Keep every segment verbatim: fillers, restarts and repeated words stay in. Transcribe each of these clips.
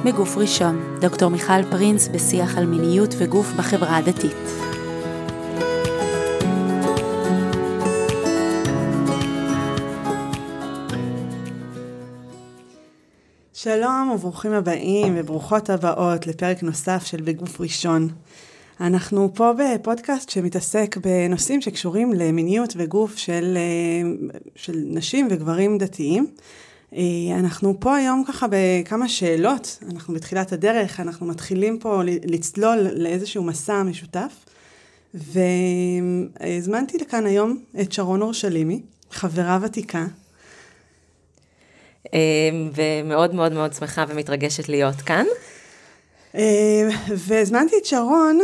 מגוף ראשון, דוקטור מיכל פרינס בשיח על מיניות וגוף בחברה הדתית. שלום וברוכים הבאים וברוכות הבאות לפרק נוסף של בגוף ראשון. אנחנו פה בפודקאסט שמתעסק בנושאים שקשורים למיניות וגוף של, של נשים וגברים דתיים. אנחנו פה היום ככה בכמה שאלות, אנחנו בתחילת הדרך, אנחנו מתחילים פה לצלול לאיזשהו מסע משותף, והזמנתי לכאן היום את שרון אורשלימי, חברה ותיקה. ומאוד מאוד מאוד שמחה ומתרגשת להיות כאן. והזמנתי את שרון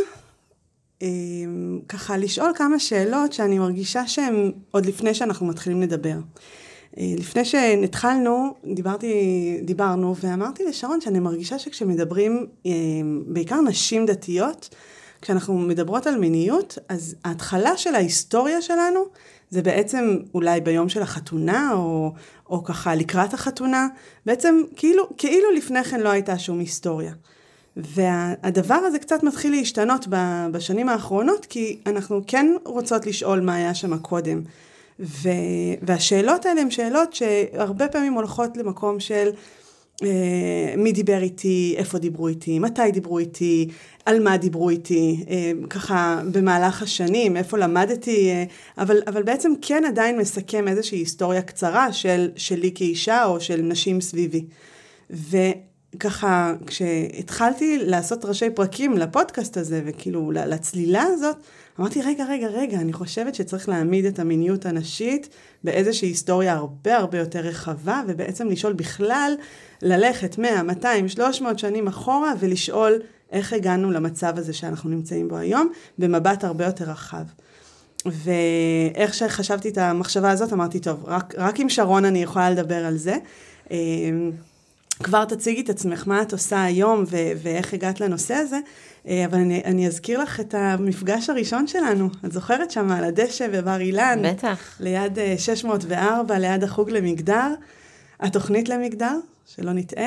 ככה לשאול כמה שאלות שאני מרגישה שהן עוד לפני שאנחנו מתחילים לדבר. לפני שהתחלנו, דיברתי, דיברנו ואמרתי לשרון שאני מרגישה שכשמדברים בעיקר נשים דתיות, כשאנחנו מדברות על מיניות, אז ההתחלה של ההיסטוריה שלנו זה בעצם אולי ביום של החתונה או, או ככה לקראת החתונה, בעצם כאילו, כאילו לפני כן לא הייתה שום היסטוריה. והדבר הזה קצת מתחיל להשתנות בשנים האחרונות, כי אנחנו כן רוצות לשאול מה היה שם קודם. ו, והשאלות האלה הן שאלות שהרבה פעמים הולכות למקום של אה, מי דיבר איתי, איפה דיברו איתי, מתי דיברו איתי, על מה דיברו איתי, אה, ככה במהלך השנים, איפה למדתי, אה, אבל, אבל בעצם כן עדיין מסכם איזושהי היסטוריה קצרה של, שלי כאישה או של נשים סביבי. וככה כשהתחלתי לעשות ראשי פרקים לפודקאסט הזה וכאילו לצלילה הזאת, אמרתי, רגע, רגע, רגע, אני חושבת שצריך להעמיד את המיניות הנשית באיזושהי היסטוריה הרבה הרבה יותר רחבה, ובעצם לשאול בכלל, ללכת מאה, מאתיים, שלוש מאות שנים אחורה, ולשאול איך הגענו למצב הזה שאנחנו נמצאים בו היום, במבט הרבה יותר רחב. ואיך שחשבתי את המחשבה הזאת, אמרתי, טוב, רק, רק עם שרון אני יכולה לדבר על זה. כבר תציגי את עצמך, מה את עושה היום, ו- ואיך הגעת לנושא הזה, אבל אני, אני אזכיר לך את המפגש הראשון שלנו. את זוכרת שם על הדשא בבר אילן? בטח. ליד שש מאות וארבע, ליד החוג למגדר, התוכנית למגדר, שלא נטעה.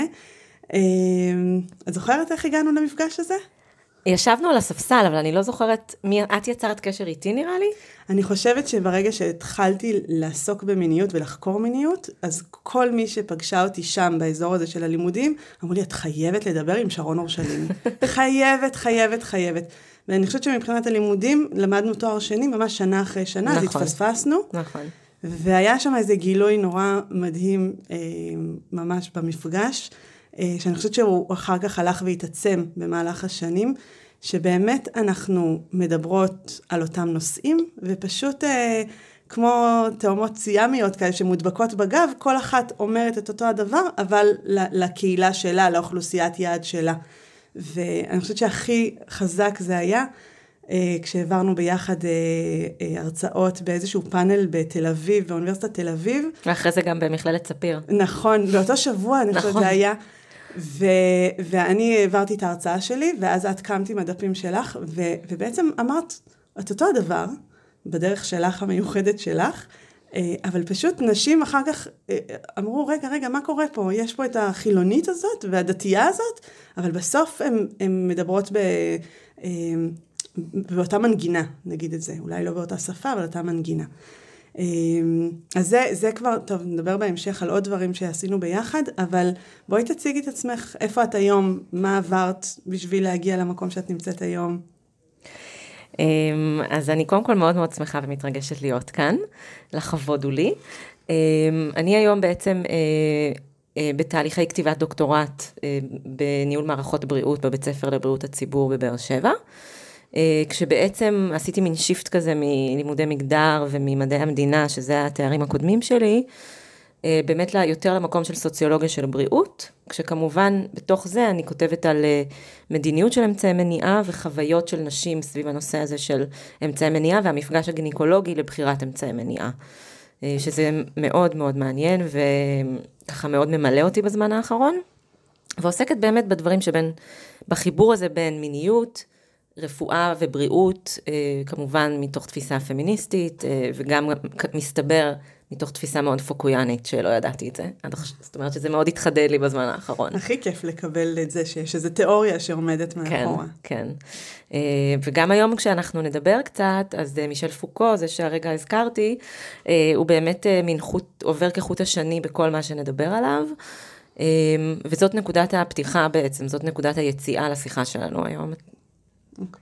את זוכרת איך הגענו למפגש הזה? ישבנו על הספסל, אבל אני לא זוכרת מי, את יצרת קשר איתי נראה לי? אני חושבת שברגע שהתחלתי לעסוק במיניות ולחקור מיניות, אז כל מי שפגשה אותי שם באזור הזה של הלימודים, אמרו לי, את חייבת לדבר עם שרון אורשלימי. חייבת, חייבת, חייבת. ואני חושבת שמבחינת הלימודים, למדנו תואר שני, ממש שנה אחרי שנה, נכון. אז התפספסנו. נכון. והיה שם איזה גילוי נורא מדהים, ממש במפגש, שאני חושבת שהוא אחר כך הלך והתעצם במהלך השנים, שבאמת אנחנו מדברות על אותם נושאים, ופשוט אה, כמו תאומות סיאמיות כאלה שמודבקות בגב, כל אחת אומרת את אותו הדבר, אבל לקהילה שלה, לאוכלוסיית יעד שלה. ואני חושבת שהכי חזק זה היה, אה, כשעברנו ביחד אה, אה, הרצאות באיזשהו פאנל בתל אביב, באוניברסיטת תל אביב. ואחרי זה גם במכללת ספיר. נכון, באותו שבוע אני חושבת זה היה... ו- ואני העברתי את ההרצאה שלי, ואז את קמת עם הדפים שלך, ו- ובעצם אמרת את אותו הדבר, בדרך שלך המיוחדת שלך, אבל פשוט נשים אחר כך אמרו, רגע, רגע, מה קורה פה? יש פה את החילונית הזאת והדתייה הזאת, אבל בסוף הן מדברות ב... באותה מנגינה, נגיד את זה, אולי לא באותה שפה, אבל אותה מנגינה. אז זה, זה כבר, טוב, נדבר בהמשך על עוד דברים שעשינו ביחד, אבל בואי תציגי את עצמך, איפה את היום, מה עברת בשביל להגיע למקום שאת נמצאת היום? אז אני קודם כל מאוד מאוד שמחה ומתרגשת להיות כאן, לכבוד הוא לי. אני היום בעצם בתהליכי כתיבת דוקטורט בניהול מערכות בריאות בבית ספר לבריאות הציבור בבאר שבע, כשבעצם עשיתי מין שיפט כזה מלימודי מגדר וממדעי המדינה, שזה התארים הקודמים שלי, באמת יותר למקום של סוציולוגיה של בריאות, כשכמובן בתוך זה אני כותבת על מדיניות של אמצעי מניעה וחוויות של נשים סביב הנושא הזה של אמצעי מניעה והמפגש הגינקולוגי לבחירת אמצעי מניעה, שזה מאוד מאוד מעניין וככה מאוד ממלא אותי בזמן האחרון, ועוסקת באמת בדברים שבין, בחיבור הזה בין מיניות, רפואה ובריאות, כמובן מתוך תפיסה פמיניסטית, וגם מסתבר מתוך תפיסה מאוד פוקויאנית, שלא ידעתי את זה. זאת אומרת שזה מאוד התחדד לי בזמן האחרון. הכי כיף לקבל את זה, שיש איזו תיאוריה שעומדת מאחורה. כן, כן. וגם היום כשאנחנו נדבר קצת, אז מישל פוקו, זה שהרגע הזכרתי, הוא באמת מין חוט, עובר כחוט השני בכל מה שנדבר עליו, וזאת נקודת הפתיחה בעצם, זאת נקודת היציאה לשיחה שלנו היום. אוקיי.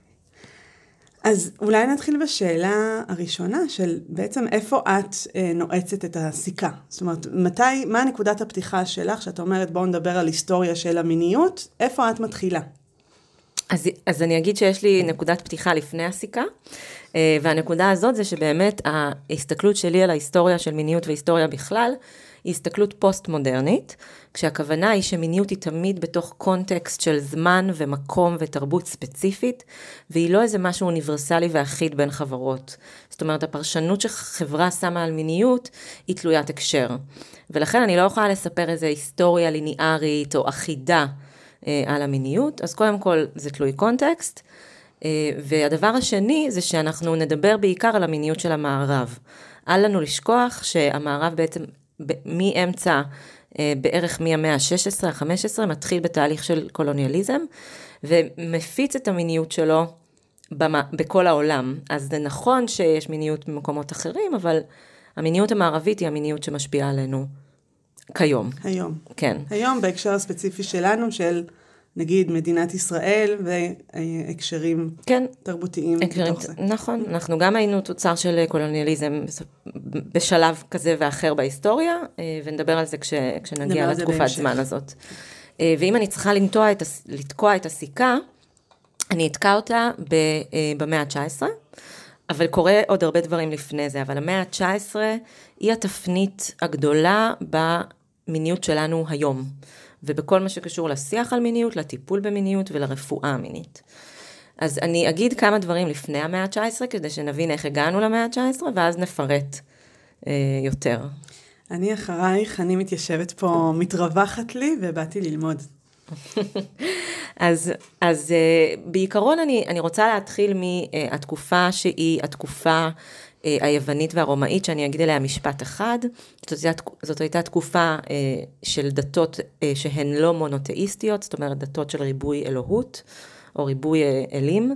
אז אולי נתחיל בשאלה הראשונה של בעצם איפה את אה, נועצת את הסיכה? זאת אומרת, מתי, מה נקודת הפתיחה שלך, שאת אומרת בואו נדבר על היסטוריה של המיניות, איפה את מתחילה? אז, אז אני אגיד שיש לי נקודת פתיחה לפני הסיכה, אה, והנקודה הזאת זה שבאמת ההסתכלות שלי על ההיסטוריה של מיניות והיסטוריה בכלל, היא הסתכלות פוסט-מודרנית, כשהכוונה היא שמיניות היא תמיד בתוך קונטקסט של זמן ומקום ותרבות ספציפית, והיא לא איזה משהו אוניברסלי ואחיד בין חברות. זאת אומרת, הפרשנות שחברה שמה על מיניות היא תלוית הקשר. ולכן אני לא יכולה לספר איזו היסטוריה ליניארית או אחידה אה, על המיניות, אז קודם כל זה תלוי קונטקסט, אה, והדבר השני זה שאנחנו נדבר בעיקר על המיניות של המערב. אל לנו לשכוח שהמערב בעצם מאמצע, בערך מהמאה ה-שש עשרה, ה-חמש עשרה, מתחיל בתהליך של קולוניאליזם, ומפיץ את המיניות שלו בכל העולם. אז זה נכון שיש מיניות במקומות אחרים, אבל המיניות המערבית היא המיניות שמשפיעה עלינו כיום. היום. כן. היום בהקשר הספציפי שלנו, של נגיד מדינת ישראל והקשרים כן. תרבותיים הקשרים, בתוך זה. נכון, אנחנו גם היינו תוצר של קולוניאליזם בשלב כזה ואחר בהיסטוריה, ונדבר על זה כש, כשנגיע לתקופת זמן הזאת. ואם אני צריכה לנטוע את, לתקוע את הסיכה, אני אתקע אותה במאה ה-תשע עשרה, אבל קורה עוד הרבה דברים לפני זה, אבל המאה ה-תשע עשרה היא התפנית הגדולה במיניות שלנו היום. ובכל מה שקשור לשיח על מיניות, לטיפול במיניות ולרפואה המינית. אז אני אגיד כמה דברים לפני המאה ה-תשע עשרה, כדי שנבין איך הגענו למאה ה-תשע עשרה, ואז נפרט אה, יותר. אני אחרייך, אני מתיישבת פה, מתרווחת לי, ובאתי ללמוד. אז, אז אה, בעיקרון אני, אני רוצה להתחיל מהתקופה שהיא התקופה היוונית והרומאית, שאני אגיד עליה משפט אחד. זאת, זאת הייתה תקופה של דתות שהן לא מונותאיסטיות, זאת אומרת דתות של ריבוי אלוהות, או ריבוי אלים,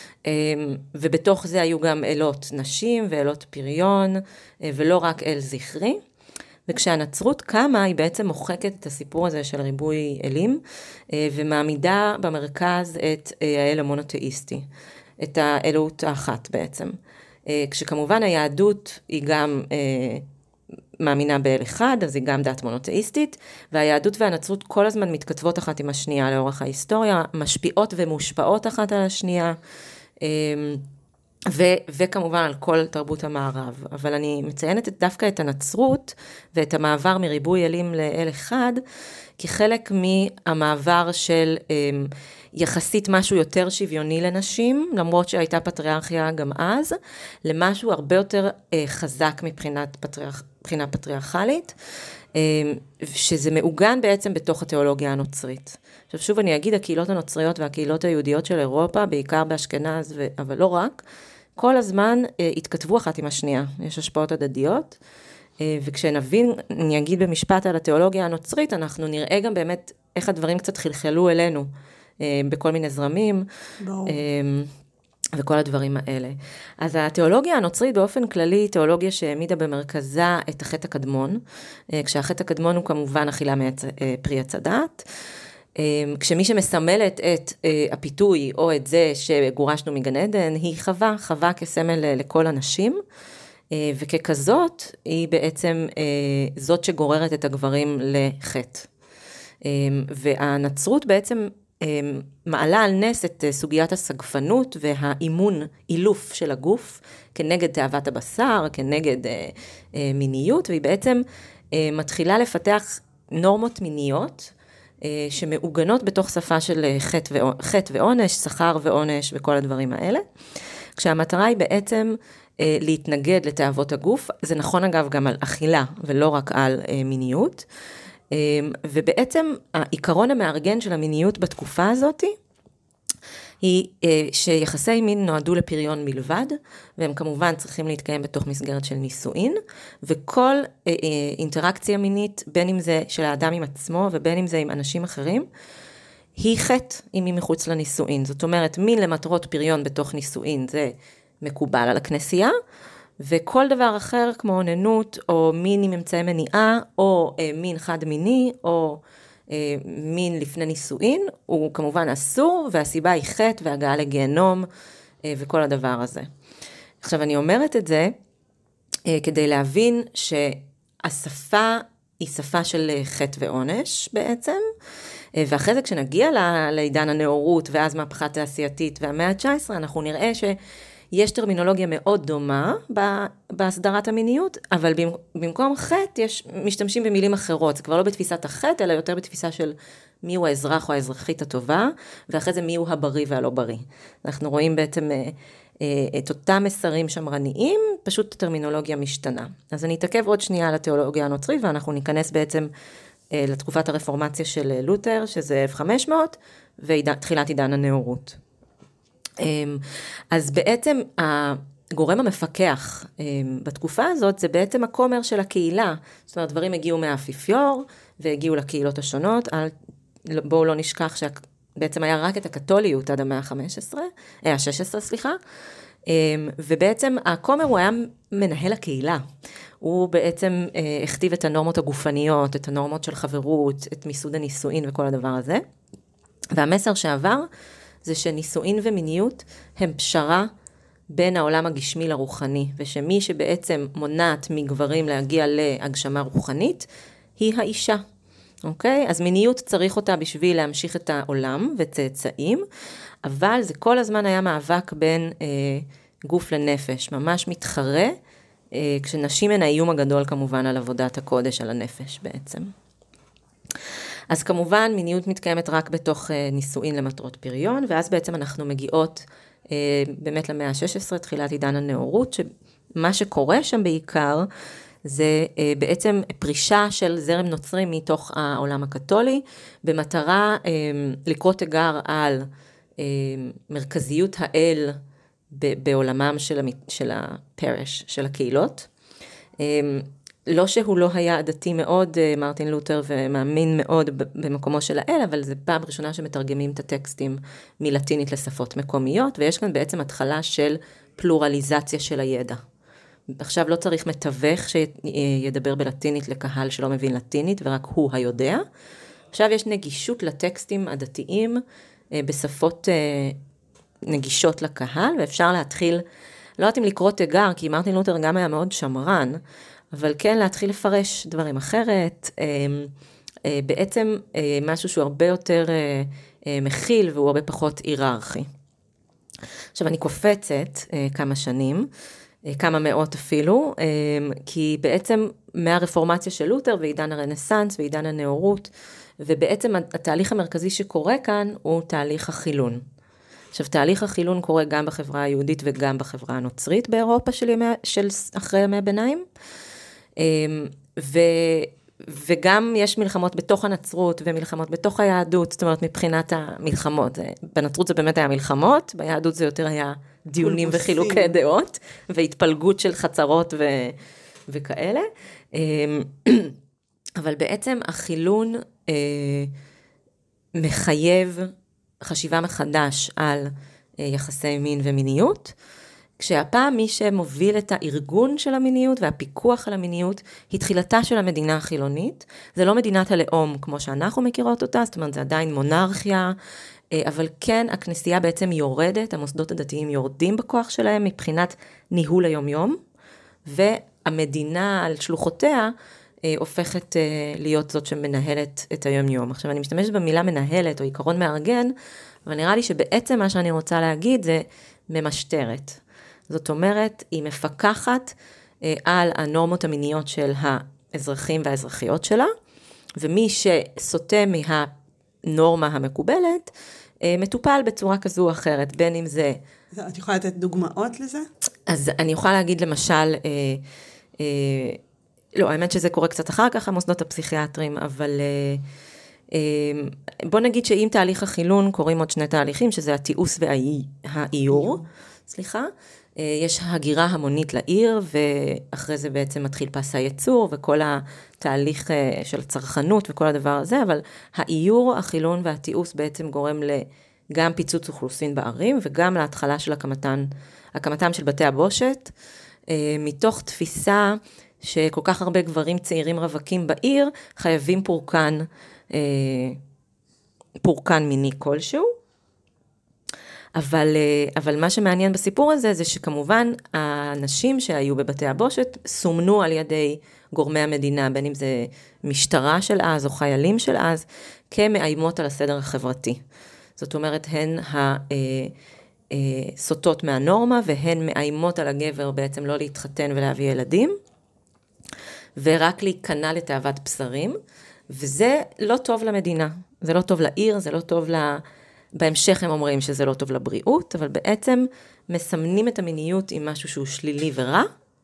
ובתוך זה היו גם אלות נשים ואלות פריון, ולא רק אל זכרי. וכשהנצרות קמה, היא בעצם מוחקת את הסיפור הזה של ריבוי אלים, ומעמידה במרכז את האל המונותאיסטי, את האלוהות האחת בעצם. כשכמובן היהדות היא גם אה, מאמינה באל אחד, אז היא גם דת מונותאיסטית, והיהדות והנצרות כל הזמן מתכתבות אחת עם השנייה לאורך ההיסטוריה, משפיעות ומושפעות אחת על השנייה, אה, ו- וכמובן על כל תרבות המערב. אבל אני מציינת דווקא את הנצרות ואת המעבר מריבוי אלים לאל אחד, כחלק מהמעבר של אה, יחסית משהו יותר שוויוני לנשים, למרות שהייתה פטריארכיה גם אז, למשהו הרבה יותר אה, חזק מבחינת פטריארכ... מבחינה פטריארכלית, אה, שזה מעוגן בעצם בתוך התיאולוגיה הנוצרית. עכשיו שוב אני אגיד, הקהילות הנוצריות והקהילות היהודיות של אירופה, בעיקר באשכנז, ו... אבל לא רק, כל הזמן אה, התכתבו אחת עם השנייה, יש השפעות הדדיות, אה, וכשנבין, אני אגיד במשפט על התיאולוגיה הנוצרית, אנחנו נראה גם באמת איך הדברים קצת חלחלו אלינו, בכל מיני זרמים, ברור. וכל הדברים האלה. אז התיאולוגיה הנוצרית באופן כללי היא תיאולוגיה שהעמידה במרכזה את החטא הקדמון, כשהחטא הקדמון הוא כמובן אכילה מפרי עץ הדעת, כשמי שמסמלת את הפיתוי או את זה שגורשנו מגן עדן, היא חווה, חווה כסמל לכל הנשים, וככזאת היא בעצם זאת שגוררת את הגברים לחטא. והנצרות בעצם מעלה על נס את סוגיית הסגפנות והאימון, אילוף של הגוף, כנגד תאוות הבשר, כנגד מיניות, והיא בעצם מתחילה לפתח נורמות מיניות, שמעוגנות בתוך שפה של חטא ועונש, שכר ועונש וכל הדברים האלה, כשהמטרה היא בעצם להתנגד לתאוות הגוף, זה נכון אגב גם על אכילה ולא רק על מיניות, ובעצם העיקרון המארגן של המיניות בתקופה הזאת, היא שיחסי מין נועדו לפריון מלבד, והם כמובן צריכים להתקיים בתוך מסגרת של נישואין, וכל אינטראקציה מינית, בין אם זה של האדם עם עצמו, ובין אם זה עם אנשים אחרים, היא חטא אם היא מחוץ לנישואין. זאת אומרת, מין למטרות פריון בתוך נישואין, זה מקובל על הכנסייה, וכל דבר אחר כמו אוננות, או מין עם אמצעי מניעה, או אה, מין חד מיני, או אה, מין לפני נישואין, הוא כמובן אסור, והסיבה היא חטא והגעה לגיהנום, אה, וכל הדבר הזה. עכשיו אני אומרת את זה, אה, כדי להבין שהשפה היא שפה של חטא ועונש בעצם, אה, ואחרי זה כשנגיע לעידן הנאורות, ואז מהפכה תעשייתית והמאה ה-תשע עשרה, אנחנו נראה ש... יש טרמינולוגיה מאוד דומה בהסדרת המיניות, אבל במקום חטא יש משתמשים במילים אחרות, זה כבר לא בתפיסת החטא, אלא יותר בתפיסה של מיהו האזרח או האזרחית הטובה, ואחרי זה מיהו הבריא והלא בריא. אנחנו רואים בעצם את אותם מסרים שמרניים, פשוט הטרמינולוגיה משתנה. אז אני אתעכב עוד שנייה על התיאולוגיה הנוצרית, ואנחנו ניכנס בעצם לתקופת הרפורמציה של לותר, שזה אלף וחמש מאות, ותחילת עידן הנאורות. אז בעצם הגורם המפקח בתקופה הזאת זה בעצם הכומר של הקהילה, זאת אומרת דברים הגיעו מהאפיפיור והגיעו לקהילות השונות, בואו לא נשכח שבעצם היה רק את הקתוליות עד המאה ה-חמש עשרה, ה-שש עשרה סליחה, ובעצם הכומר הוא היה מנהל הקהילה, הוא בעצם הכתיב את הנורמות הגופניות, את הנורמות של חברות, את מיסוד הנישואין וכל הדבר הזה, והמסר שעבר זה שנישואין ומיניות הם פשרה בין העולם הגשמי לרוחני, ושמי שבעצם מונעת מגברים להגיע להגשמה רוחנית, היא האישה. אוקיי? אז מיניות צריך אותה בשביל להמשיך את העולם וצאצאים, אבל זה כל הזמן היה מאבק בין אה, גוף לנפש, ממש מתחרה, אה, כשנשים הן האיום הגדול כמובן על עבודת הקודש, על הנפש בעצם. אז כמובן מיניות מתקיימת רק בתוך נישואין למטרות פריון, ואז בעצם אנחנו מגיעות באמת למאה ה-שש עשרה, תחילת עידן הנאורות, שמה שקורה שם בעיקר, זה בעצם פרישה של זרם נוצרי מתוך העולם הקתולי, במטרה לקרוא תיגר על מרכזיות האל בעולמם של הפרש, של הקהילות. לא שהוא לא היה דתי מאוד, מרטין לותר, ומאמין מאוד במקומו של האל, אבל זה פעם ראשונה שמתרגמים את הטקסטים מלטינית לשפות מקומיות, ויש כאן בעצם התחלה של פלורליזציה של הידע. עכשיו לא צריך מתווך שידבר בלטינית לקהל שלא מבין לטינית, ורק הוא היודע. עכשיו יש נגישות לטקסטים הדתיים בשפות נגישות לקהל, ואפשר להתחיל, לא יודעת אם לקרוא תיגר, כי מרטין לותר גם היה מאוד שמרן, אבל כן להתחיל לפרש דברים אחרת, בעצם משהו שהוא הרבה יותר מכיל והוא הרבה פחות היררכי. עכשיו אני קופצת כמה שנים, כמה מאות אפילו, כי בעצם מהרפורמציה של לותר ועידן הרנסנס ועידן הנאורות, ובעצם התהליך המרכזי שקורה כאן הוא תהליך החילון. עכשיו תהליך החילון קורה גם בחברה היהודית וגם בחברה הנוצרית באירופה של, ימי, של אחרי ימי הביניים, ו, וגם יש מלחמות בתוך הנצרות ומלחמות בתוך היהדות, זאת אומרת מבחינת המלחמות, בנצרות זה באמת היה מלחמות, ביהדות זה יותר היה דיונים וחילוקי דעות, והתפלגות של חצרות ו, וכאלה, אבל בעצם החילון מחייב חשיבה מחדש על יחסי מין ומיניות, כשהפעם מי שמוביל את הארגון של המיניות והפיקוח על המיניות, היא תחילתה של המדינה החילונית. זה לא מדינת הלאום כמו שאנחנו מכירות אותה, זאת אומרת זה עדיין מונרכיה, אבל כן הכנסייה בעצם יורדת, המוסדות הדתיים יורדים בכוח שלהם מבחינת ניהול היום-יום, והמדינה על שלוחותיה הופכת להיות זאת שמנהלת את היום-יום. עכשיו אני משתמשת במילה מנהלת או עיקרון מארגן, אבל נראה לי שבעצם מה שאני רוצה להגיד זה ממשטרת. זאת אומרת, היא מפקחת אה, על הנורמות המיניות של האזרחים והאזרחיות שלה, ומי שסוטה מהנורמה המקובלת, אה, מטופל בצורה כזו או אחרת, בין אם זה... את יכולה לתת דוגמאות לזה? אז אני יכולה להגיד למשל, אה, אה, לא, האמת שזה קורה קצת אחר כך, המוסדות הפסיכיאטרים, אבל... אה, בוא נגיד שאם תהליך החילון קורים עוד שני תהליכים, שזה התיעוש והאיור, סליחה, יש הגירה המונית לעיר, ואחרי זה בעצם מתחיל פס הייצור, וכל התהליך של הצרכנות וכל הדבר הזה, אבל האיור, החילון והתיעוש בעצם גורם גם פיצוץ אוכלוסין בערים, וגם להתחלה של הקמתן, הקמתם של בתי הבושת, מתוך תפיסה שכל כך הרבה גברים צעירים רווקים בעיר, חייבים פורקן, פורקן מיני כלשהו, אבל, אבל מה שמעניין בסיפור הזה, זה שכמובן האנשים שהיו בבתי הבושת, סומנו על ידי גורמי המדינה, בין אם זה משטרה של אז, או חיילים של אז, כמאיימות על הסדר החברתי. זאת אומרת, הן הסוטות מהנורמה, והן מאיימות על הגבר בעצם לא להתחתן ולהביא ילדים, ורק להיכנע לתאוות בשרים, וזה לא טוב למדינה, זה לא טוב לעיר, זה לא טוב ל... בהמשך הם אומרים שזה לא טוב לבריאות, אבל בעצם מסמנים את המיניות עם משהו שהוא שלילי ורע,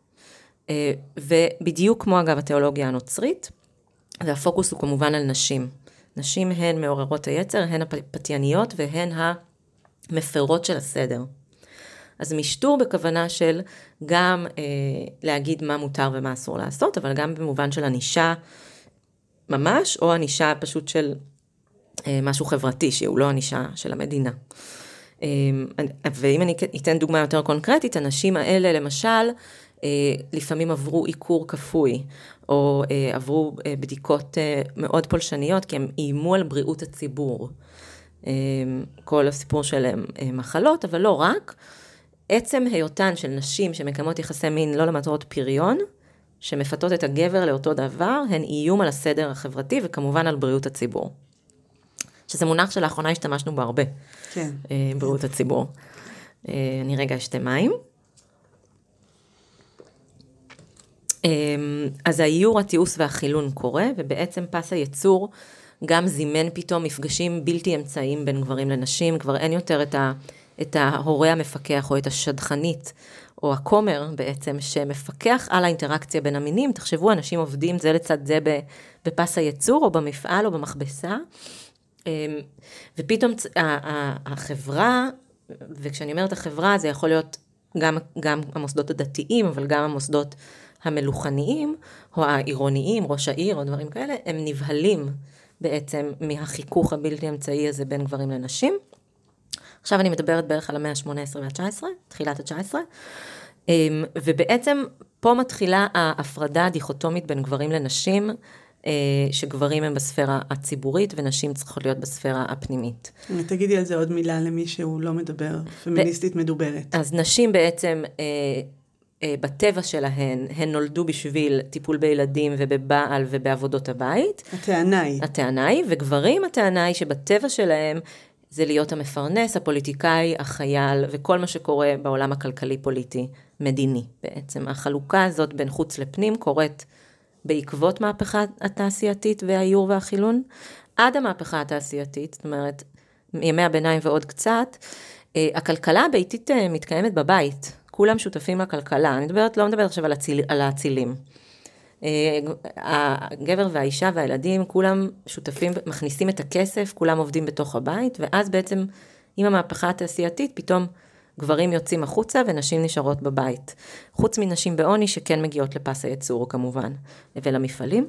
ובדיוק כמו אגב התיאולוגיה הנוצרית, והפוקוס הוא כמובן על נשים. נשים הן מעוררות היצר, הן הפתייניות והן המפרות של הסדר. אז משטור בכוונה של גם אה, להגיד מה מותר ומה אסור לעשות, אבל גם במובן של ענישה ממש, או ענישה פשוט של אה, משהו חברתי, שהוא לא ענישה של המדינה. אה, ואם אני אתן דוגמה יותר קונקרטית, הנשים האלה למשל, אה, לפעמים עברו עיקור כפוי, או אה, עברו אה, בדיקות אה, מאוד פולשניות, כי הם איימו על בריאות הציבור. אה, כל הסיפור של אה, מחלות, אבל לא רק, עצם היותן של נשים שמקיימות יחסי מין לא למטרות פריון, שמפתות את הגבר לאותו דבר, הן איום על הסדר החברתי וכמובן על בריאות הציבור. שזה מונח שלאחרונה השתמשנו בו הרבה. כן. בריאות כן. הציבור. אני רגע אשתה מים. אז האיור, התיעוש והחילון קורה, ובעצם פס הייצור גם זימן פתאום מפגשים בלתי אמצעיים בין גברים לנשים, כבר אין יותר את ה... את ההורה המפקח או את השדכנית, או הכומר בעצם, שמפקח על האינטראקציה בין המינים. תחשבו, אנשים עובדים זה לצד זה בפס הייצור, או במפעל, או במכבסה, ופתאום החברה, וכשאני אומרת החברה, זה יכול להיות גם, גם המוסדות הדתיים, אבל גם המוסדות המלוכניים, או העירוניים, ראש העיר, או דברים כאלה, הם נבהלים בעצם מהחיכוך הבלתי אמצעי הזה בין גברים לנשים. עכשיו אני מדברת בערך על המאה ה-שמונה עשרה וה-תשע עשרה, תחילת ה-תשע עשרה, ובעצם פה מתחילה ההפרדה הדיכוטומית בין גברים לנשים, שגברים הם בספירה הציבורית, ונשים צריכות להיות בספירה הפנימית. תגידי על זה עוד מילה למי שהוא לא מדבר, פמיניסטית מדוברת. אז נשים בעצם, בטבע שלהן, הן נולדו בשביל טיפול בילדים ובבעל ובעבודות הבית. הטענה היא. הטענה היא, וגברים הטענה היא שבטבע שלהם, זה להיות המפרנס, הפוליטיקאי, החייל, וכל מה שקורה בעולם הכלכלי-פוליטי, מדיני בעצם. החלוקה הזאת בין חוץ לפנים קורית בעקבות מהפכה התעשייתית והאיור והחילון, עד המהפכה התעשייתית, זאת אומרת, ימי הביניים ועוד קצת, הכלכלה הביתית מתקיימת בבית, כולם שותפים לכלכלה, אני מדברת, לא מדברת עכשיו על, הציל, על הצילים. הגבר והאישה והילדים, כולם שותפים, מכניסים את הכסף, כולם עובדים בתוך הבית, ואז בעצם עם המהפכה התעשייתית, פתאום גברים יוצאים החוצה ונשים נשארות בבית. חוץ מנשים בעוני שכן מגיעות לפס הייצור כמובן, ולמפעלים.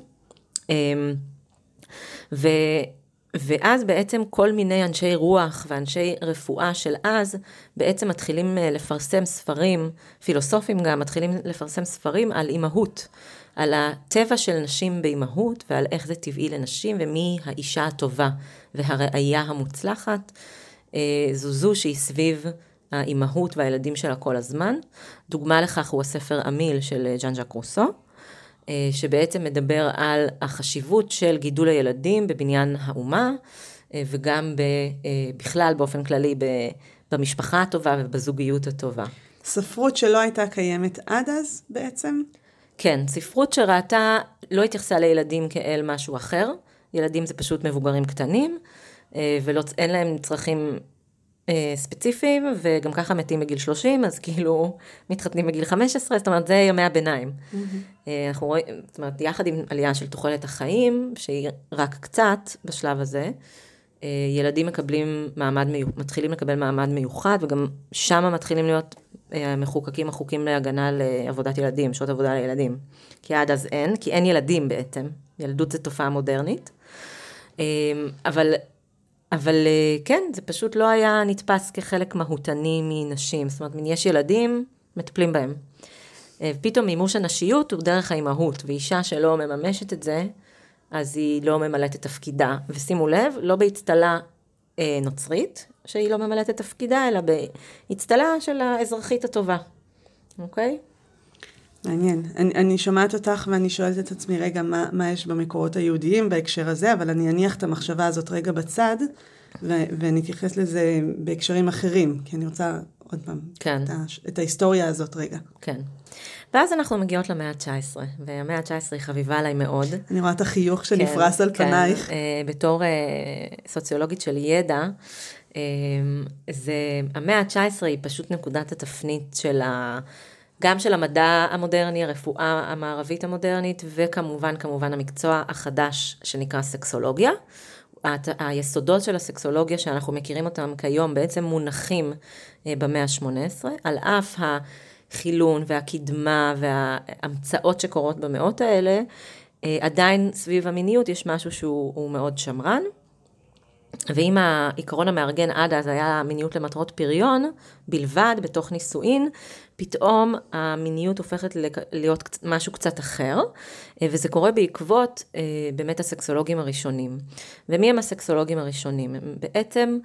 ו... ואז בעצם כל מיני אנשי רוח ואנשי רפואה של אז, בעצם מתחילים לפרסם ספרים, פילוסופים גם, מתחילים לפרסם ספרים על אימהות, על הטבע של נשים באימהות, ועל איך זה טבעי לנשים, ומי האישה הטובה והראייה המוצלחת, זו זו שהיא סביב האימהות והילדים שלה כל הזמן. דוגמה לכך הוא הספר אמיל של ז'אן ז'אק רוסו, שבעצם מדבר על החשיבות של גידול הילדים בבניין האומה, וגם בכלל באופן כללי במשפחה הטובה ובזוגיות הטובה. ספרות שלא הייתה קיימת עד אז בעצם? כן, ספרות שראתה לא התייחסה לילדים כאל משהו אחר, ילדים זה פשוט מבוגרים קטנים, ואין להם צרכים ספציפיים, וגם ככה מתים בגיל שלושים, אז כאילו מתחתנים בגיל חמש עשרה, זאת אומרת, זה ימי הביניים. Mm-hmm. אנחנו רואים, זאת אומרת, יחד עם עלייה של תוחלת החיים, שהיא רק קצת בשלב הזה, ילדים מקבלים מעמד, מתחילים לקבל מעמד מיוחד, וגם שם מתחילים להיות מחוקקים החוקים להגנה לעבודת ילדים, שעות עבודה לילדים. כי עד אז אין, כי אין ילדים בעצם. ילדות זה תופעה מודרנית. אבל, אבל כן, זה פשוט לא היה נתפס כחלק מהותני מנשים. זאת אומרת, יש ילדים, מטפלים בהם. פתאום מימוש הנשיות הוא דרך האימהות, ואישה שלא מממשת את זה, אז היא לא ממלאת את תפקידה. ושימו לב, לא בהצטלה אה, נוצרית, שהיא לא ממלאת את תפקידה, אלא בהצטלה של האזרחית הטובה. אוקיי? מעניין. אני, אני שומעת אותך ואני שואלת את עצמי רגע מה, מה יש במקורות היהודיים בהקשר הזה, אבל אני אניח את המחשבה הזאת רגע בצד, ו, ונתייחס לזה בהקשרים אחרים, כי אני רוצה עוד פעם כן. את, ה, את ההיסטוריה הזאת רגע. כן. ואז אנחנו מגיעות למאה ה-תשע עשרה, והמאה ה-תשע עשרה היא חביבה עליי מאוד. אני רואה את החיוך שנפרס על פנייך. כן, בתור סוציולוגית של ידע, זה, המאה ה-תשע עשרה היא פשוט נקודת התפנית של ה... גם של המדע המודרני, הרפואה המערבית המודרנית, וכמובן, כמובן המקצוע החדש שנקרא סקסולוגיה. היסודות של הסקסולוגיה שאנחנו מכירים אותם כיום בעצם מונחים במאה ה-שמונה עשרה, על אף החילון והקדמה וההמצאות שקורות במאות האלה, עדיין סביב המיניות יש משהו שהוא מאוד שמרן, ואם העיקרון המארגן עד אז היה מיניות למטרות פריון, בלבד, בתוך נישואין, פתאום המיניות הופכת להיות משהו קצת אחר, וזה קורה בעקבות באמת הסקסולוגים הראשונים. ומי הם הסקסולוגים הראשונים? הם בעצם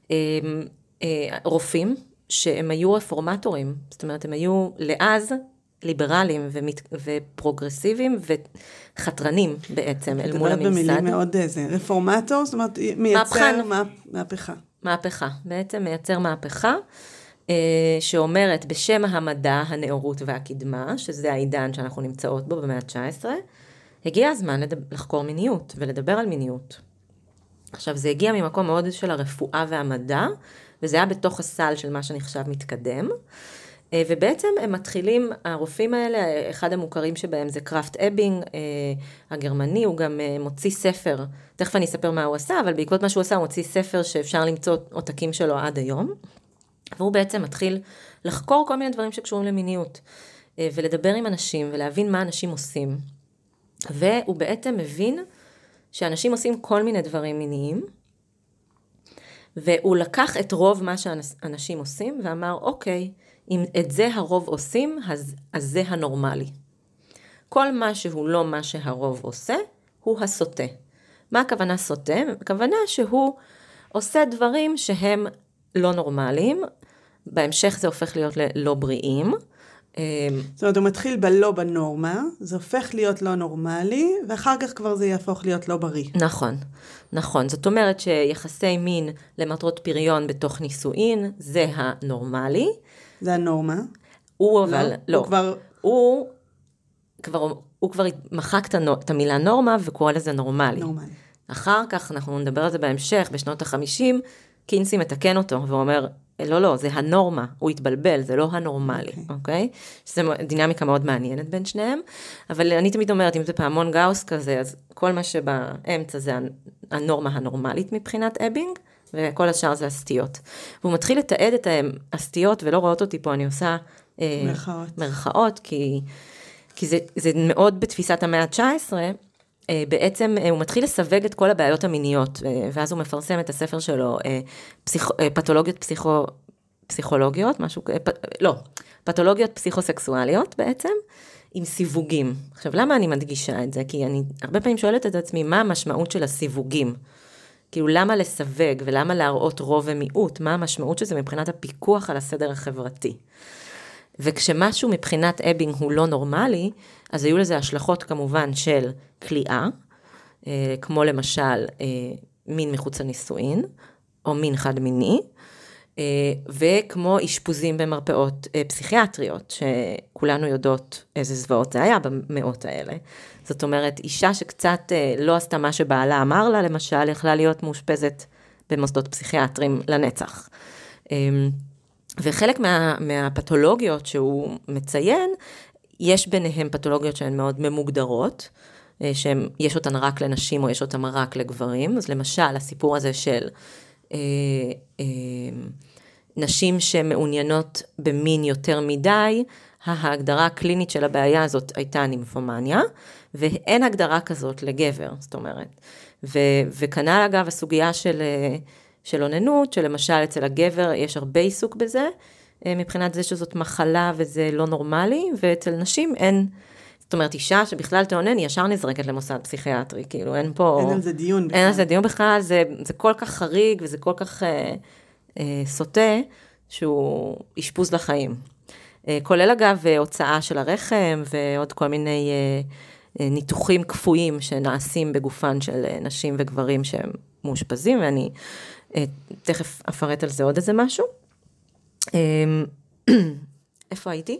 רופאים שהם היו רפורמטורים, זאת אומרת, הם היו לאז ליברליים ופרוגרסיביים וחתרנים בעצם אל מול הממסד. במילים מאוד איזה, רפורמטור, זאת אומרת, מייצר מהפכה. מהפכה, בעצם מייצר מהפכה, שאומרת בשם המדע, הנאורות והקדמה, שזה העידן שאנחנו נמצאות בו במאה ה-תשע עשרה, הגיע הזמן לחקור מיניות ולדבר על מיניות. עכשיו, זה הגיע ממקום מאוד של הרפואה והמדע, וזה היה בתוך הסל של מה שנחשב מתקדם, ובעצם הם מתחילים, הרופאים האלה, אחד המוכרים שבהם זה קראפט אבינג, הגרמני, הוא גם מוציא ספר, תכף אני אספר מה הוא עשה, אבל בעקבות מה שהוא עשה, הוא מוציא ספר שאפשר למצוא עותקים שלו עד היום, והוא בעצם מתחיל לחקור כל מיני דברים שקשורים למיניות, ולדבר עם אנשים, ולהבין מה אנשים עושים. והוא בעצם מבין שאנשים עושים כל מיני דברים מיניים, והוא לקח את רוב מה שאנשים עושים, ואמר, אוקיי, אם את זה הרוב עושים, אז, אז זה הנורמלי. כל מה שהוא לא מה שהרוב עושה, הוא הסוטה. מה הכוונה סוטה? הכוונה שהוא עושה דברים שהם לא נורמליים, בהמשך זה הופך להיות לא בריאים. זאת אומרת, הוא מתחיל בלא בנורמה, זה הופך להיות לא נורמלי, ואחר כך כבר זה יהפוך להיות לא בריא. נכון, נכון. זאת אומרת שיחסי מין למטרות פריון בתוך נישואין, זה הנורמלי. זה הנורמה. הוא אבל, לא. הוא כבר... הוא כבר, הוא כבר מחק את המילה נורמה, וקורא לזה נורמלי. נורמלי. אחר כך, אנחנו נדבר על זה בהמשך, בשנות ה-חמישים, קינסי מתקן אותו, ואומר, לא, לא, זה הנורמה, הוא התבלבל, זה לא הנורמלי, אוקיי? שזה דינמיקה מאוד מעניינת בין שניהם, אבל אני תמיד אומרת, אם זה פעמון גאוס כזה, אז כל מה שבאמצע זה הנורמה הנורמלית מבחינת אבינג, וכל השאר זה הסטיות. והוא מתחיל לתעד את הסטיות, ולא רואות אותי פה, אני עושה מרכאות, מרכאות כי, כי זה, זה מאוד בתפיסת המאה ה-תשע עשרה, בעצם הוא מתחיל לסווג את כל הבעיות המיניות, ואז הוא מפרסם את הספר שלו, פסיכ... פתולוגיות פסיכו... פסיכולוגיות, משהו, לא, פתולוגיות פסיכוסקסואליות בעצם, עם סיווגים. עכשיו, למה אני מדגישה את זה? כי אני הרבה פעמים שואלת את עצמי, מה המשמעות של הסיווגים? כאילו, למה לסווג ולמה להראות רוב ומיעוט? מה המשמעות שזה מבחינת הפיקוח על הסדר החברתי? וכשמשהו מבחינת אבינג הוא לא נורמלי, אז היו לזה השלכות כמובן של כליאה, כמו למשל מין מחוץ לנישואין, או מין חד מיני, וכמו אשפוזים במרפאות פסיכיאטריות, שכולנו יודעות איזה זוועות זה היה במאות האלה. זאת אומרת, אישה שקצת לא עשתה מה שבעלה אמר לה, למשל, יכלה להיות מאושפזת במוסדות פסיכיאטרים לנצח. וחלק מה, מהפתולוגיות שהוא מציין, יש ביניהם פתולוגיות שהן מאוד ממוגדרות, שיש אותן רק לנשים או יש אותן רק לגברים, אז למשל הסיפור הזה של אה, אה, נשים שמעוניינות במין יותר מדי, ההגדרה הקלינית של הבעיה הזאת הייתה נימפומניה, ואין הגדרה כזאת לגבר, זאת אומרת. ו, וכנ"ל אגב הסוגיה של, של אוננות, שלמשל אצל הגבר יש הרבה עיסוק בזה, מבחינת זה שזאת מחלה וזה לא נורמלי, ואצל נשים אין, זאת אומרת, אישה שבכלל תאונן, היא ישר נזרקת למוסד פסיכיאטרי, כאילו אין פה... אין על זה דיון בכלל. אין על זה דיון בכלל, זה, זה כל כך חריג וזה כל כך אה, אה, סוטה, שהוא אשפוז לחיים. אה, כולל אגב הוצאה של הרחם ועוד כל מיני אה, אה, ניתוחים כפויים שנעשים בגופן של אה, נשים וגברים שהם מאושפזים, ואני אה, תכף אפרט על זה עוד איזה משהו. אה, איפה הייתי?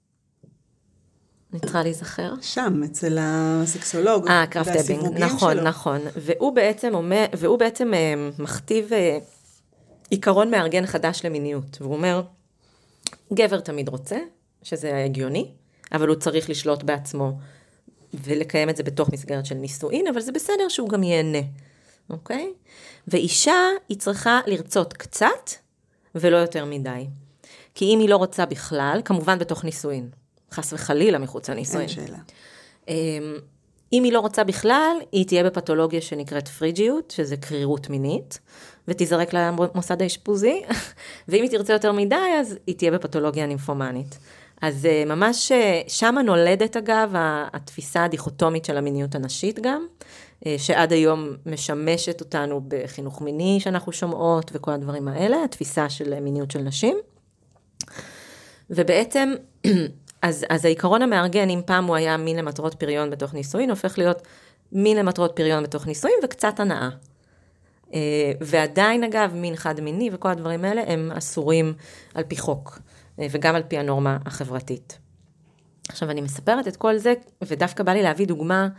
אני צריכה להיזכר. שם, אצל הסקסולוג. אה, קראפט אבינג, נכון, שלו. נכון. והוא בעצם, אומר, והוא בעצם אה, מכתיב אה, עיקרון מארגן חדש למיניות. והוא אומר, גבר תמיד רוצה, שזה הגיוני, אבל הוא צריך לשלוט בעצמו, ולקיים את זה בתוך מסגרת של נישואין, אבל זה בסדר שהוא גם ייהנה. אוקיי? ואישה היא צריכה לרצות קצת, ולא יותר מדי. כי אם היא לא רוצה בכלל, כמובן בתוך נישואין. חס וחלילה מחוץ לנישואין. אין שאלה. אם היא לא רוצה בכלל, היא תהיה בפתולוגיה שנקראת פריג'יות, שזה קרירות מינית, ותזרק למוסד האשפוזי, ואם היא תרצה יותר מדי, אז היא תהיה בפתולוגיה נימפומנית. אז ממש שמה נולדת אגב, התפיסה הדיכוטומית של המיניות הנשית גם, שעד היום משמשת אותנו בחינוך מיני שאנחנו שומעות, וכל הדברים האלה, התפיסה של מיניות של נשים. ובעצם... אז, אז העיקרון המארגן, אם פעם הוא היה מין למטרות פריון בתוך נישואין, הופך להיות מין למטרות פריון בתוך נישואין, וקצת הנאה. ועדיין אגב, מין חד מיני וכל הדברים האלה, הם אסורים על פי חוק, וגם על פי הנורמה החברתית. עכשיו, אני מספרת את כל זה, ודווקא בא לי להביא דוגמה,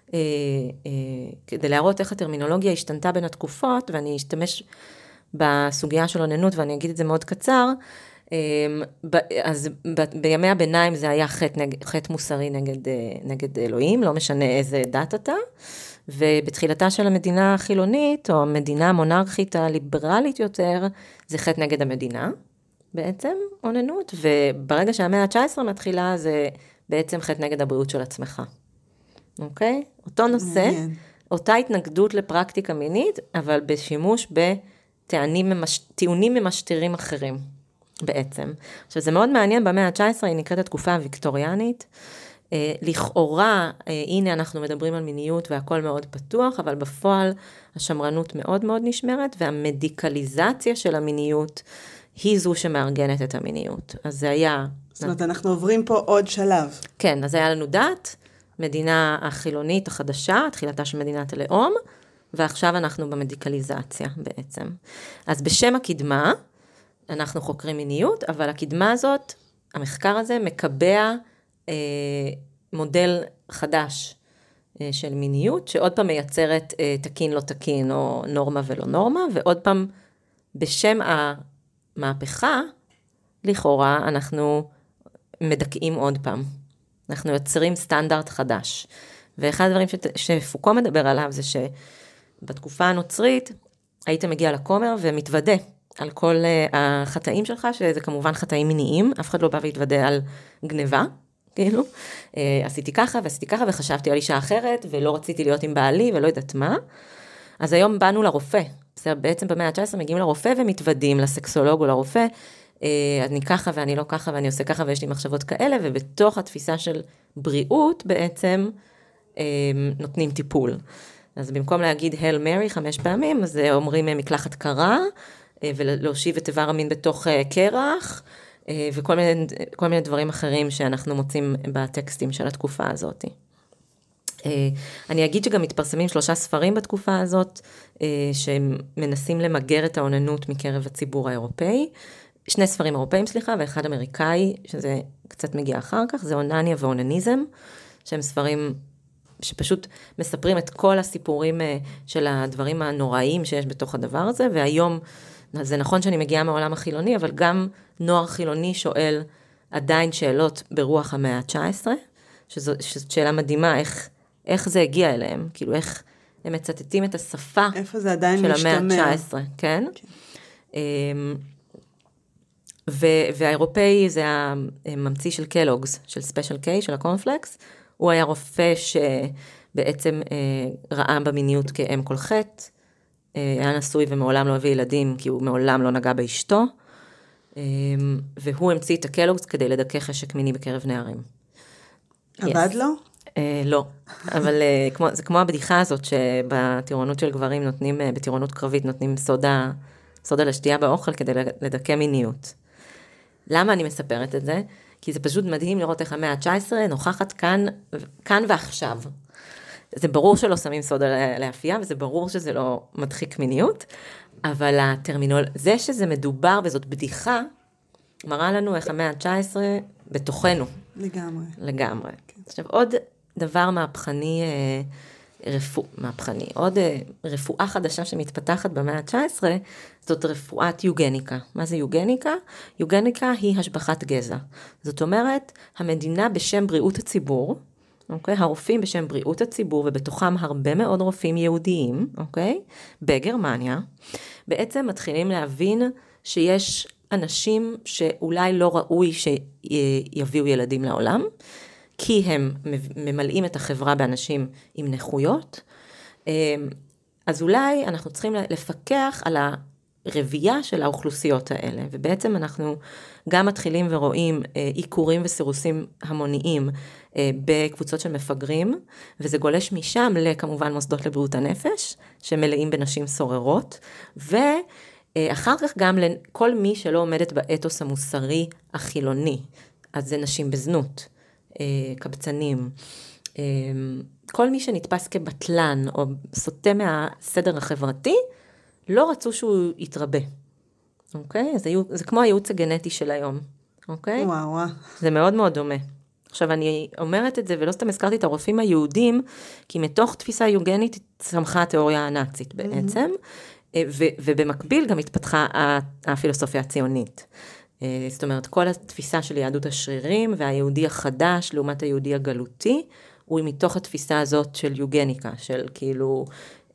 כדי להראות איך הטרמינולוגיה השתנתה בין התקופות, ואני אשתמש בסוגיה של אוננות, ואני אגיד את זה מאוד קצר, אז בימי הביניים זה היה חטא, נגד, חטא מוסרי נגד, נגד אלוהים, לא משנה איזה דת אתה, ובתחילתה של המדינה החילונית, או המדינה המונרכית הליברלית יותר, זה חטא נגד המדינה, בעצם, אוננות, וברגע שהמאה ה-תשע עשרה מתחילה, זה בעצם חטא נגד הבריאות של עצמך. אוקיי? אותו נושא, אותה התנגדות לפרקטיקה מינית, אבל בשימוש בטיעונים ממשטרים אחרים. בעצם. עכשיו, זה מאוד מעניין, במאה ה-תשע עשרה היא נקראת התקופה הוויקטוריאנית. אה, לכאורה, אה, הנה אנחנו מדברים על מיניות והכל מאוד פתוח, אבל בפועל השמרנות מאוד מאוד נשמרת, והמדיקליזציה של המיניות היא זו שמארגנת את המיניות. אז זה היה... זאת אומרת, אנחנו עוברים פה עוד שלב. כן, אז היה לנו דת, מדינה החילונית החדשה, תחילתה של מדינת הלאום, ועכשיו אנחנו במדיקליזציה בעצם. אז בשם הקדמה, אנחנו חוקרים מיניות, אבל הקדמה הזאת, המחקר הזה מקבע אה, מודל חדש אה, של מיניות, שעוד פעם מייצרת אה, תקין לא תקין, או נורמה ולא נורמה, ועוד פעם בשם המהפכה, לכאורה אנחנו מדכאים עוד פעם. אנחנו יוצרים סטנדרט חדש. ואחד הדברים ש... שפוקו מדבר עליו, זה שבתקופה הנוצרית, היית מגיע לכומר ומתוודה, על כל uh, החטאים שלך, שזה כמובן חטאים מיניים, אף אחד לא בא והתוודא על גניבה, כאילו, uh, עשיתי ככה ועשיתי ככה, וחשבתי על אישה אחרת, ולא רציתי להיות עם בעלי, ולא יודעת מה, אז היום באנו לרופא, בסדר, בעצם במאה ה-תשע עשרה מגיעים לרופא, ומתוודים לסקסולוג או לרופא, uh, אני ככה ואני לא ככה, ואני עושה ככה, ויש לי מחשבות כאלה, ובתוך התפיסה של בריאות, בעצם, uh, נותנים טיפול. אז במקום להגיד הל מרי חמש פעמים, אז אומרים מקלחת קרה, ולהושיב את איבר המין בתוך קרח, וכל מיני, כל מיני דברים אחרים שאנחנו מוצאים בטקסטים של התקופה הזאת. אני אגיד שגם מתפרסמים שלושה ספרים בתקופה הזאת, שמנסים למגר את האוננות מקרב הציבור האירופאי, שני ספרים אירופאים, סליחה, ואחד אמריקאי, שזה קצת מגיע אחר כך, זה אונניה ואונניזם, שהם ספרים שפשוט מספרים את כל הסיפורים של הדברים הנוראיים שיש בתוך הדבר הזה, והיום זה נכון שאני מגיעה מהעולם החילוני, אבל גם נוער חילוני שואל עדיין שאלות ברוח המאה ה-תשע עשרה, שזו, שזו שאלה מדהימה, איך, איך זה הגיע אליהם, כאילו איך הם מצטטים את השפה איפה זה עדיין של משתמע. המאה ה-תשע עשרה, כן? כן. ו- והאירופאי זה הממציא של קלוגס, של ספיישל קיי, של הקורנפלקס, הוא היה רופא שבעצם אה, ראה במיניות כאם כל חטא, אה, היה נשוי ומעולם לא הביא ילדים, כי הוא מעולם לא נגע באשתו, אה, והוא המציא את הקלוגס כדי לדכא חשק מיני בקרב נערים. עבד yes. לו? אה, לא, אבל אה, כמו, זה כמו הבדיחה הזאת שבטירונות של גברים נותנים, אה, בטירונות קרבית נותנים סודה, סודה לשתייה באוכל כדי לדכא מיניות. למה אני מספרת את זה? כי זה פשוט מדהים לראות איך המאה ה-תשע עשרה נוכחת כאן, כאן ועכשיו. זה ברור שלא שמים סודה לאפייה, וזה ברור שזה לא מדחיק מיניות, אבל הטרמינול, זה שזה מדובר וזאת בדיחה, מראה לנו איך המאה ה-תשע עשרה בתוכנו. לגמרי. לגמרי. כן. עכשיו, עוד דבר מהפכני, רפוא, מהפכני, עוד רפואה חדשה שמתפתחת במאה ה-תשע עשרה, זאת רפואת יוגניקה. מה זה יוגניקה? יוגניקה היא השבחת גזע. זאת אומרת, המדינה בשם בריאות הציבור, אוקיי? הרופאים בשם בריאות הציבור, ובתוכם הרבה מאוד רופאים יהודיים, אוקיי? בגרמניה, בעצם מתחילים להבין שיש אנשים שאולי לא ראוי שיביאו ילדים לעולם, כי הם ממלאים את החברה באנשים עם נכויות, אז אולי אנחנו צריכים לפקח על הרבייה של האוכלוסיות האלה, ובעצם אנחנו גם מתחילים ורואים עיקורים וסירוסים המוניים בקבוצות של מפגרים, וזה גולש משם לכמובן מוסדות לבריאות הנפש, שמלאים בנשים סוררות, ואחר כך גם לכל מי שלא עומדת באתוס המוסרי החילוני, אז זה נשים בזנות, קבצנים, כל מי שנתפס כבטלן או סוטה מהסדר החברתי, לא רצו שהוא יתרבה. אוקיי? זה, זה כמו הייעוץ הגנטי של היום. אוקיי? וואו, וואו. זה מאוד מאוד דומה. עכשיו, אני אומרת את זה, ולא סתם הזכרתי את הרופאים היהודים, כי מתוך תפיסה יוגנית צמחה התיאוריה הנאצית בעצם, mm-hmm. ו, ובמקביל גם התפתחה הפילוסופיה הציונית. זאת אומרת, כל התפיסה של יהדות השרירים והיהודי החדש לעומת היהודי הגלותי, הוא מתוך התפיסה הזאת של יוגניקה, של כאילו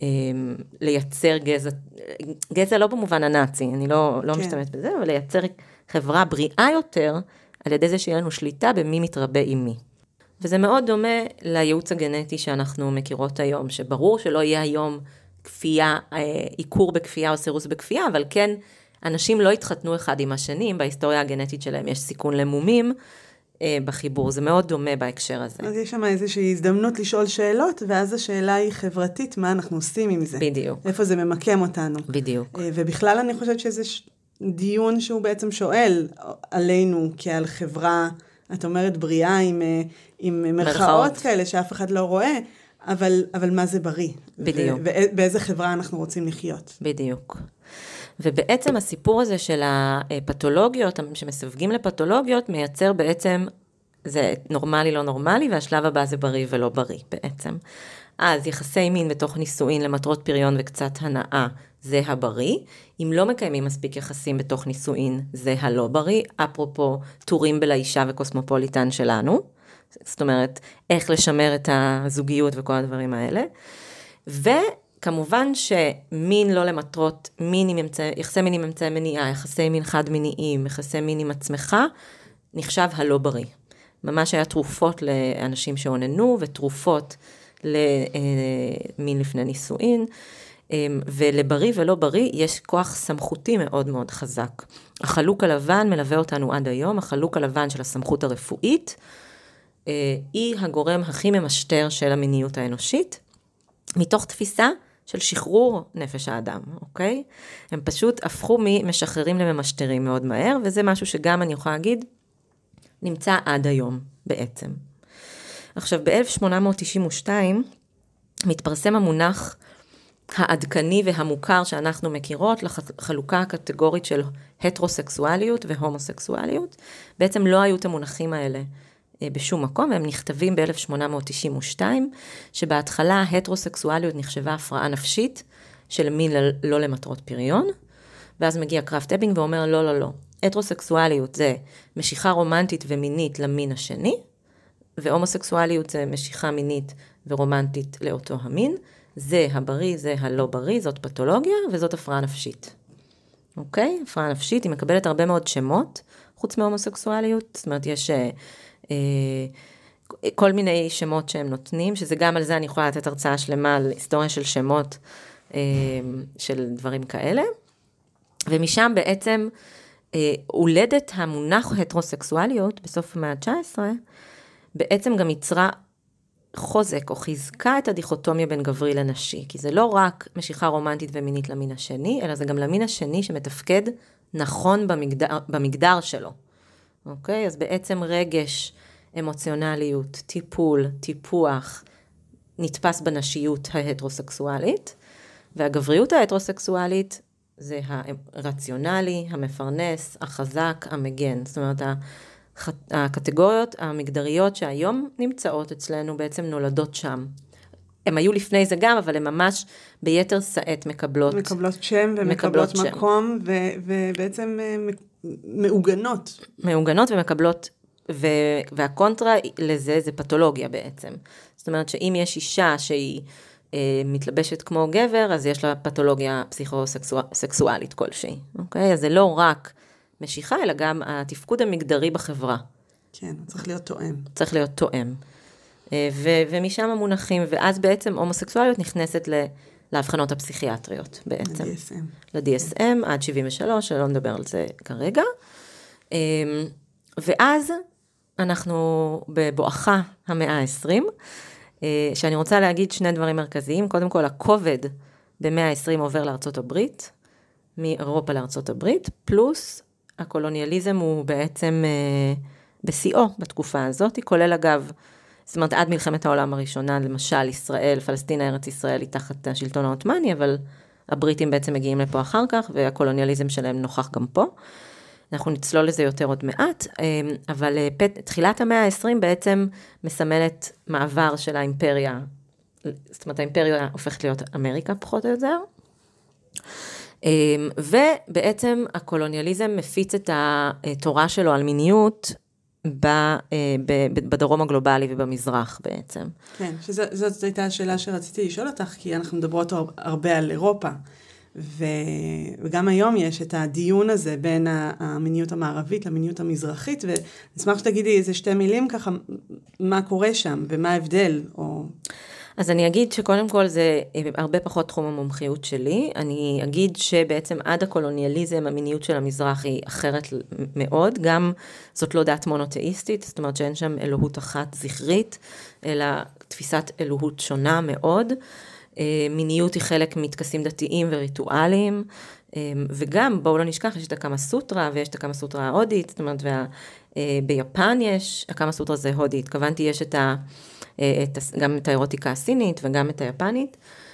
לייצר גזע, גזע לא במובן הנאצי, אני לא, לא כן. משתמשת בזה, אבל לייצר חברה בריאה יותר, על ידי זה שיהיה לנו שליטה במי מתרבה עם מי. וזה מאוד דומה לייעוץ הגנטי שאנחנו מכירות היום, שברור שלא יהיה היום כפייה, עיקור בכפייה או סירוס בכפייה, אבל כן, אנשים לא התחתנו אחד עם השנים, בהיסטוריה הגנטית שלהם יש סיכון למומים אה, בחיבור, זה מאוד דומה בהקשר הזה. אז יש שם איזושהי הזדמנות לשאול שאלות, ואז השאלה היא חברתית, מה אנחנו עושים עם זה? בדיוק. איפה זה ממקם אותנו? בדיוק. אה, ובכלל אני חושבת שזה ש... דיון שהוא בעצם שואל עלינו כעל חברה, את אומרת בריאה עם, עם מרכאות כאלה שאף אחד לא רואה, אבל, אבל מה זה בריא? בדיוק. ובאיזה חברה אנחנו רוצים לחיות? בדיוק. ובעצם הסיפור הזה של הפתולוגיות, שמסווגים לפתולוגיות, מייצר בעצם, זה נורמלי לא נורמלי, והשלב הבא זה בריא ולא בריא בעצם. אז יחסי מין בתוך נישואין למטרות פריון וקצת הנאה, זה הבריא. אם לא מקיימים מספיק יחסים בתוך נישואין, זה הלא בריא. אפרופו טורים בלאישה וקוסמופוליטן שלנו. זאת אומרת, איך לשמר את הזוגיות וכל הדברים האלה. וכמובן שמין לא למטרות, מין עם אמצעי, יחסי מין עם אמצעי מניעה, יחסי מין חד מיניים, יחסי מין עם עצמך, נחשב הלא בריא. ממש היה תרופות לאנשים שעוננו, ותרופות למין לפני נישואין, ולבריא ולא בריא יש כוח סמכותי מאוד מאוד חזק. החלוק הלבן מלווה אותנו עד היום, החלוק הלבן של הסמכות הרפואית, היא הגורם הכי ממשטר של המיניות האנושית, מתוך תפיסה של שחרור נפש האדם, אוקיי? הם פשוט הפכו ממשחררים לממשטרים מאוד מהר, וזה משהו שגם אני יכולה להגיד, נמצא עד היום בעצם. עכשיו, ב-אלף שמונה מאות תשעים ושתיים מתפרסם המונח העדכני והמוכר שאנחנו מכירות לחלוקה הקטגורית של הטרוסקסואליות והומוסקסואליות. בעצם לא היו את המונחים האלה בשום מקום, הם נכתבים ב-אלף שמונה מאות תשעים ושתיים, שבהתחלה הטרוסקסואליות נחשבה הפרעה נפשית של מין לא למטרות פריון, ואז מגיע קראפט אבינג ואומר, לא, לא, לא. הטרוסקסואליות זה משיכה רומנטית ומינית למין השני, והומוסקסואליות זה משיכה מינית ורומנטית לאותו המין, זה הבריא, זה הלא בריא, זאת פתולוגיה, וזאת הפרעה נפשית. אוקיי? הפרעה נפשית, היא מקבלת הרבה מאוד שמות, חוץ מהומוסקסואליות, זאת אומרת, יש אה, אה, כל מיני שמות שהם נותנים, שזה גם על זה אני יכולה לתת הרצאה שלמה, על היסטוריה של שמות, אה, של דברים כאלה, ומשם בעצם, אה, הולדת המונח הטרוסקסואליות, בסוף המאה ה-תשע עשרה, בעצם גם יצרה חוזק או חיזקה את הדיכוטומיה בין גברי לנשי, כי זה לא רק משיכה רומנטית ומינית למין השני, אלא זה גם למין השני שמתפקד נכון במגדר, במגדר שלו. אוקיי? אז בעצם רגש, אמוציונליות, טיפול, טיפוח, נתפס בנשיות ההטרוסקסואלית, והגבריות ההטרוסקסואלית זה הרציונלי, המפרנס, החזק, המגן. זאת אומרת, הקטגוריות המגדריות שהיום נמצאות אצלנו בעצם נולדות שם. הן היו לפני זה גם, אבל הן ממש ביתר שאת מקבלות. מקבלות שם ומקבלות מקבלות מקום, ו- ובעצם מעוגנות. מעוגנות ומקבלות, ו- והקונטרה לזה זה פתולוגיה בעצם. זאת אומרת שאם יש אישה שהיא אה, מתלבשת כמו גבר, אז יש לה פתולוגיה פסיכוסקסואלית כלשהי. אוקיי? אז זה לא רק משיכה, אלא גם התפקוד המגדרי בחברה. כן, צריך להיות תואם. צריך להיות תואם. ו- ומשם המונחים, ואז בעצם הומוסקסואליות נכנסת ל- להבחנות הפסיכיאטריות בעצם. ל-די אס אם. ל-די אס אם עד שבעים ושלוש, שלא נדבר על זה כרגע. ואז אנחנו בבואכה המאה ה-עשרים, שאני רוצה להגיד שני דברים מרכזיים. קודם כל, הכובד במאה ה-עשרים עובר לארצות הברית, מאירופה לארצות הברית, פלוס הקולוניאליזם הוא בעצם אה, בשיאו בתקופה הזאת, כולל אגב, זאת אומרת עד מלחמת העולם הראשונה, למשל ישראל, פלסטינה, ארץ ישראל היא תחת השלטון העות'מאני, אבל הבריטים בעצם מגיעים לפה אחר כך, והקולוניאליזם שלהם נוכח גם פה. אנחנו נצלול לזה יותר עוד מעט, אה, אבל אה, פת, תחילת המאה ה-עשרים בעצם מסמלת מעבר של האימפריה, זאת אומרת האימפריה הופכת להיות אמריקה פחות או יותר, ובעצם הקולוניאליזם מפיץ את התורה שלו על מיניות בדרום הגלובלי ובמזרח בעצם. כן, שזאת הייתה השאלה שרציתי לשאול אותך, כי אנחנו מדברות הרבה על אירופה, וגם היום יש את הדיון הזה בין המיניות המערבית למיניות המזרחית, ונשמח שתגידי איזה שתי מילים ככה, מה קורה שם ומה ההבדל, או... אז אני אגיד שקודם כל זה הרבה פחות תחום המומחיות שלי, אני אגיד שבעצם עד הקולוניאליזם המיניות של המזרח היא אחרת מאוד, גם זאת לא דת מונותאיסטית, זאת אומרת שאין שם אלוהות אחת זכרית, אלא תפיסת אלוהות שונה מאוד, מיניות היא חלק מתקסים דתיים וריטואליים, וגם בואו לא נשכח, יש את הקמה סוטרה ויש את הקמה סוטרה ההודית, זאת אומרת וה, ביפן יש, הקמה סוטרה זה הודית, התכוונתי יש את ה... את, גם את האירוטיקה הסינית וגם את היפנית,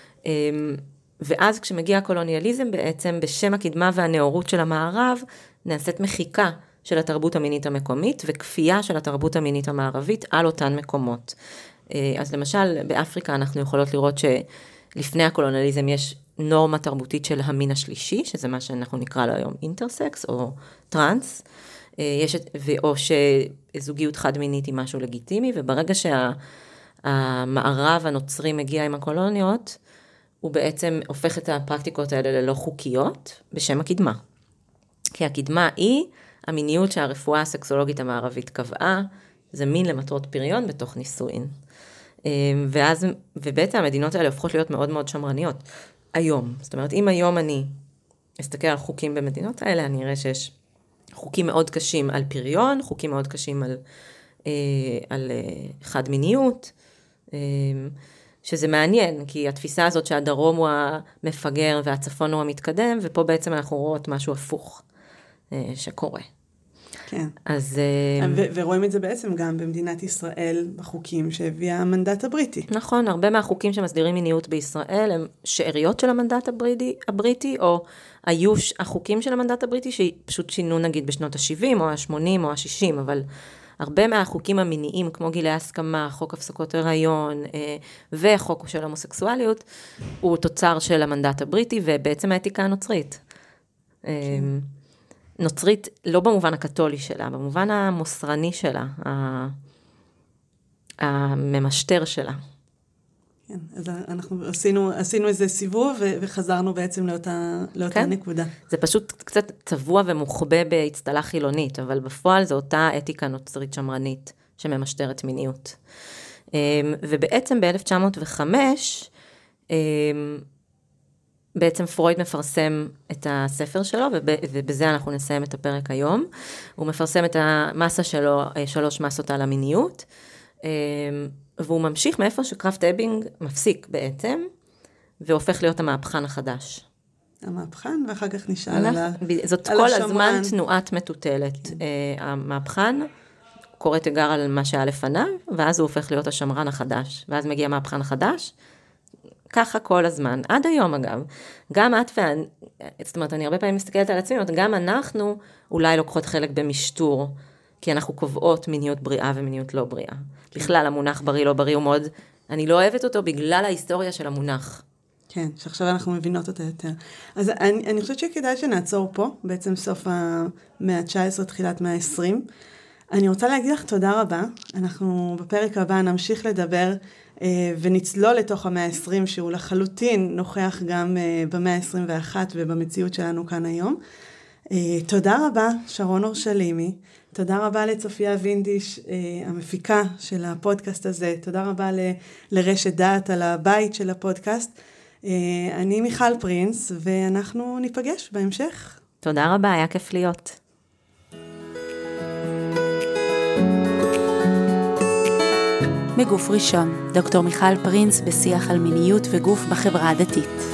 ואז כשמגיע הקולוניאליזם בעצם בשם הקדמה והנאורות של המערב, נעשית מחיקה של התרבות המינית המקומית, וכפייה של התרבות המינית המערבית על אותן מקומות. אז למשל באפריקה אנחנו יכולות לראות שלפני הקולוניאליזם יש נורמה תרבותית של המין השלישי, שזה מה שאנחנו נקרא לו היום אינטרסקס או טרנס, יש, או שזוגיות חד מינית היא משהו לגיטימי, וברגע שה... המערב הנוצרי מגיע עם הקולוניות, הוא בעצם הופך את הפרקטיקות האלה ללא חוקיות, בשם הקדמה. כי הקדמה היא המיניות שהרפואה הסקסולוגית המערבית קבעה, זה מין למטרות פריון בתוך נישואין. ואז, ובעצם המדינות האלה הופכות להיות מאוד מאוד שמרניות. היום, זאת אומרת, אם היום אני אסתכל על חוקים במדינות האלה, אני אראה שיש חוקים מאוד קשים על פריון, חוקים מאוד קשים על, על חד מיניות, שזה מעניין, כי התפיסה הזאת שהדרום הוא המפגר והצפון הוא המתקדם, ופה בעצם אנחנו רואות משהו הפוך שקורה. כן. אז... ו- ורואים את זה בעצם גם במדינת ישראל, בחוקים שהביאה המנדט הבריטי. נכון, הרבה מהחוקים שמסדירים מיניות בישראל, הם שאריות של המנדט הבריטי, הבריטי, או היו החוקים של המנדט הבריטי, שפשוט שינו נגיד בשנות ה-שבעים, או ה-שמונים, או ה-שישים, אבל... הרבה מהחוקים המיניים, כמו גילי הסכמה, חוק הפסקות הריון, וחוק של הומוסקסואליות, הוא תוצר של המנדט הבריטי, ובעצם האתיקה הנוצרית. נוצרית לא במובן הקתולי שלה, במובן המוסרני שלה, הממשטר שלה. כן, אז אנחנו עשינו, עשינו איזה סיבוב וחזרנו בעצם לאותה, לאותה כן? נקודה. זה פשוט קצת צבוע ומוחבא בהצטלה חילונית, אבל בפועל זו אותה אתיקה נוצרית שמרנית שממשטרת מיניות. ובעצם ב-אלף תשע מאות וחמש, בעצם פרויד מפרסם את הספר שלו, ובזה אנחנו נסיים את הפרק היום. הוא מפרסם את המסה שלו, שלוש מסות על המיניות, והוא ממשיך מאיפה שקראפט אבינג מפסיק בעצם, והופך להיות המהפכן החדש. המהפכן, ואחר כך נשאל על השמרן. זאת כל הזמן תנועת מטוטלת. המהפכן קורא תיגר על מה שהיה לפניו, ואז הוא הופך להיות השמרן החדש, ואז מגיע המהפכן החדש, ככה כל הזמן, עד היום אגב, גם את ואני, זאת אומרת, אני הרבה פעמים מסתכלת על עצמי, גם אנחנו אולי לוקחות חלק במשטור, כי אנחנו קובעות מיניות בריאה ומיניות לא בריאה. בכלל, המונח בריא לא בריא הוא מאוד, אני לא אוהבת אותו בגלל ההיסטוריה של המונח. כן, שעכשיו אנחנו מבינות אותה יותר. אז אני, אני חושבת שכדאי שנעצור פה, בעצם סוף המאה ה-תשע עשרה, תחילת מאה ה-עשרים. אני רוצה להגיד לך תודה רבה. אנחנו בפרק הבא נמשיך לדבר ונצלול לתוך המאה ה-עשרים, שהוא לחלוטין נוכח גם במאה ה-עשרים ואחת ובמציאות שלנו כאן היום. תודה רבה, שרון אורשלימי. תודה רבה לצופיה וינדיש, המפיקה של הפודקאסט הזה. תודה רבה ל- לרשת דעת על הבית של הפודקאסט. אני מיכל פרינס, ואנחנו ניפגש בהמשך. תודה רבה, היה כיף להיות. בגוף ראשון, דוקטור מיכל פרינס בשיח על מיניות וגוף בחברה הדתית.